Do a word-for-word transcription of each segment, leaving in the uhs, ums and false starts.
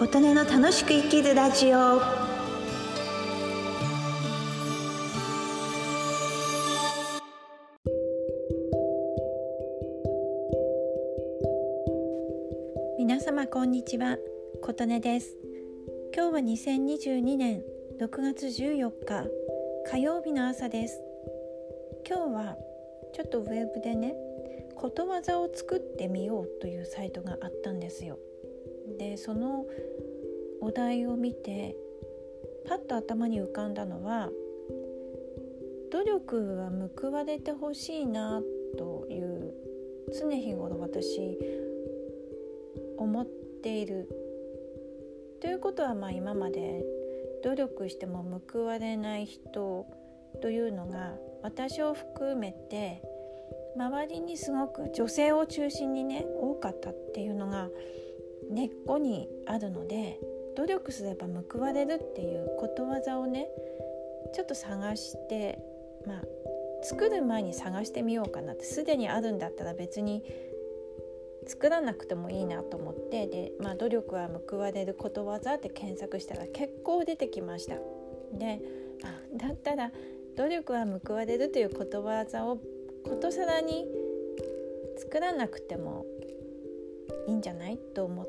琴音の楽しく生きるラジオ。皆様こんにちは、琴音です。今日はにせんにじゅうにねんろくがつじゅうよっか火曜日の朝です。今日はちょっとウェブでね、ことわざを作ってみようというサイトがあったんですよ。で、そのお題を見てパッと頭に浮かんだのは、努力は報われてほしいなという常日頃私思っている。ということは、まあ今まで努力しても報われない人というのが私を含めて周りにすごく女性を中心にね多かったっていうのが根っこにあるので、努力すれば報われるっていうことわざをねちょっと探して、まあ作る前に探してみようかなって。すでにあるんだったら別に作らなくてもいいなと思って、で、まあ、努力は報われることわざって検索したら結構出てきました。で、だったら努力は報われるということわざをことさらに作らなくてもいいんじゃないと思って、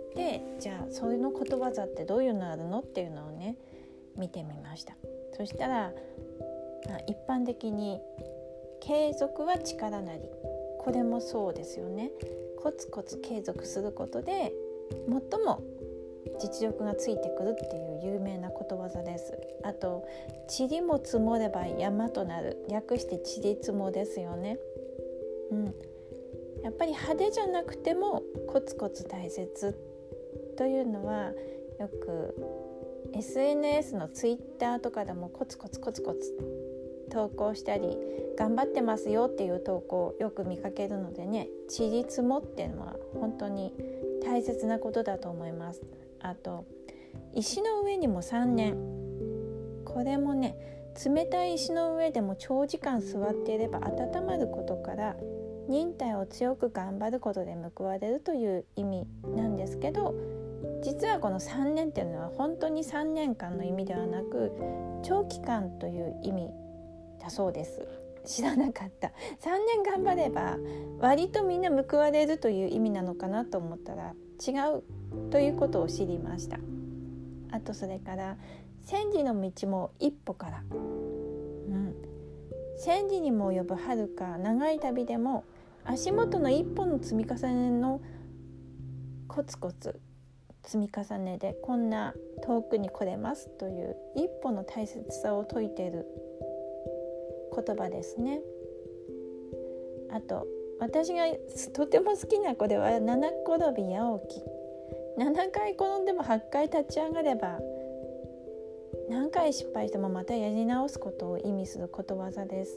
じゃあそういうのことわざってどういうのあるのっていうのをね見てみました。そしたら、まあ、一般的に継続は力なり、これもそうですよね。コツコツ継続することで最も実力がついてくるっていう有名なことわざです。あと、塵も積もれば山となる、略して塵積もですよね。うん、やっぱり派手じゃなくてもコツコツ大切というのは、よく エスエヌエス のツイッターとかでもコツコツコツコツ投稿したり頑張ってますよっていう投稿をよく見かけるのでね、塵積もっていうのは本当に大切なことだと思います。あと、石の上にもさんねん、これもね、冷たい石の上でも長時間座っていれば温まることから、忍耐を強く頑張ることで報われるという意味なんですけど、実はこのさんねんっていうのは本当にさんねんかんの意味ではなく、長期間という意味だそうです。知らなかった。さんねん頑張れば割とみんな報われるという意味なのかなと思ったら違うということを知りました。あと、それから千里の道も一歩から、うん、千里にも及ぶ遥か長い旅でも足元の一歩の積み重ねのコツコツ積み重ねでこんな遠くに来れますという一歩の大切さを説いている言葉ですね。あと、私がとても好きなこれは七転び八起き、ななかい転んでもはちかい立ち上がれば、何回失敗してもまたやり直すことを意味することわざです。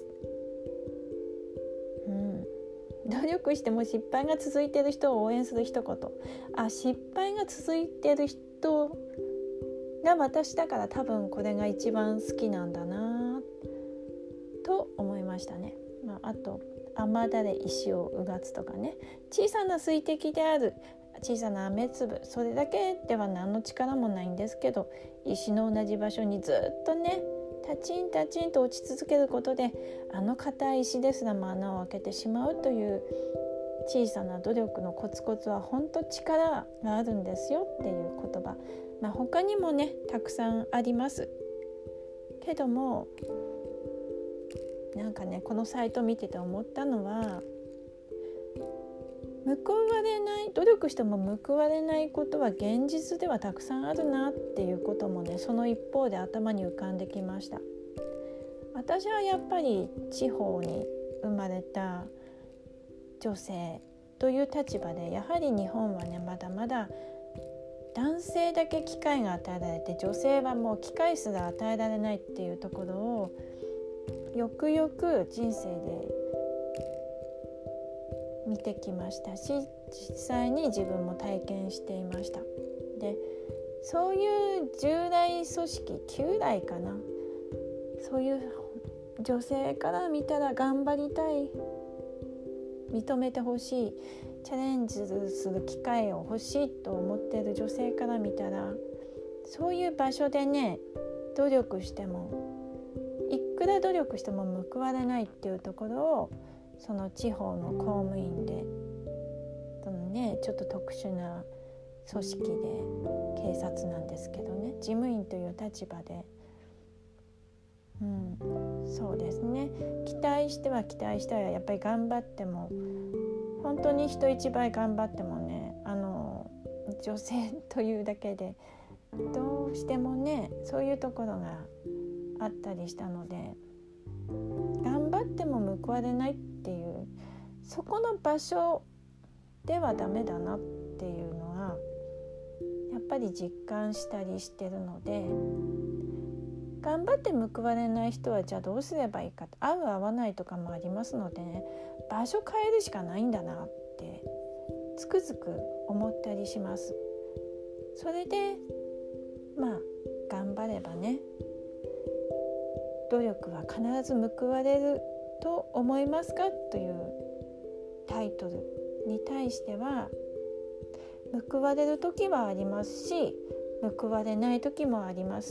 うん、努力しても失敗が続いている人を応援する一言。あ、失敗が続いている人が私だから多分これが一番好きなんだなと思いましたね。まあ、あと、雨だれ石をうがつとかね、小さな水滴である小さな雨粒、それだけでは何の力もないんですけど、石の同じ場所にずっとねタチンタチンと落ち続けることで、あの硬い石ですらも穴を開けてしまうという小さな努力のコツコツは本当力があるんですよっていう言葉、まあ、他にもねたくさんありますけども、なんかねこのサイト見てて思ったのは、報われない、努力しても報われないことは現実ではたくさんあるなっていうこともね、その一方で頭に浮かんできました。私はやっぱり地方に生まれた女性という立場で、やはり日本はねまだまだ男性だけ機会が与えられて、女性はもう機会すら与えられないっていうところをよくよく人生で見てきましたし、実際に自分も体験していました。で、そういう従来組織、旧来かな、そういう女性から見たら頑張りたい、認めてほしい、 チャレンジする機会を欲しいと思っている女性から見たら、そういう場所でね努力してもいくら努力しても報われないっていうところを、その地方の公務員でそのねちょっと特殊な組織で、警察なんですけどね、事務員という立場で、うん、そうですね、期待しては期待したらやっぱり頑張っても、本当に人一倍頑張ってもね、あの女性というだけでどうしてもねそういうところがあったりしたので、頑張っても報われないっていう、そこの場所ではダメだなっていうのはやっぱり実感したりしてるので、頑張って報われない人はじゃあどうすればいいか、合う合わないとかもありますのでね、場所変えるしかないんだなってつくづく思ったりします。それでまあ頑張ればね、努力は必ず報われると思いますかというタイトルに対しては、報われる時はありますし、報われない時もあります、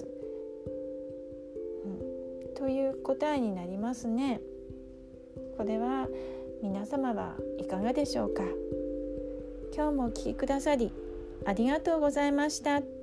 うん、という答えになりますね。これは皆様はいかがでしょうか。今日もお聞きくださりありがとうございました。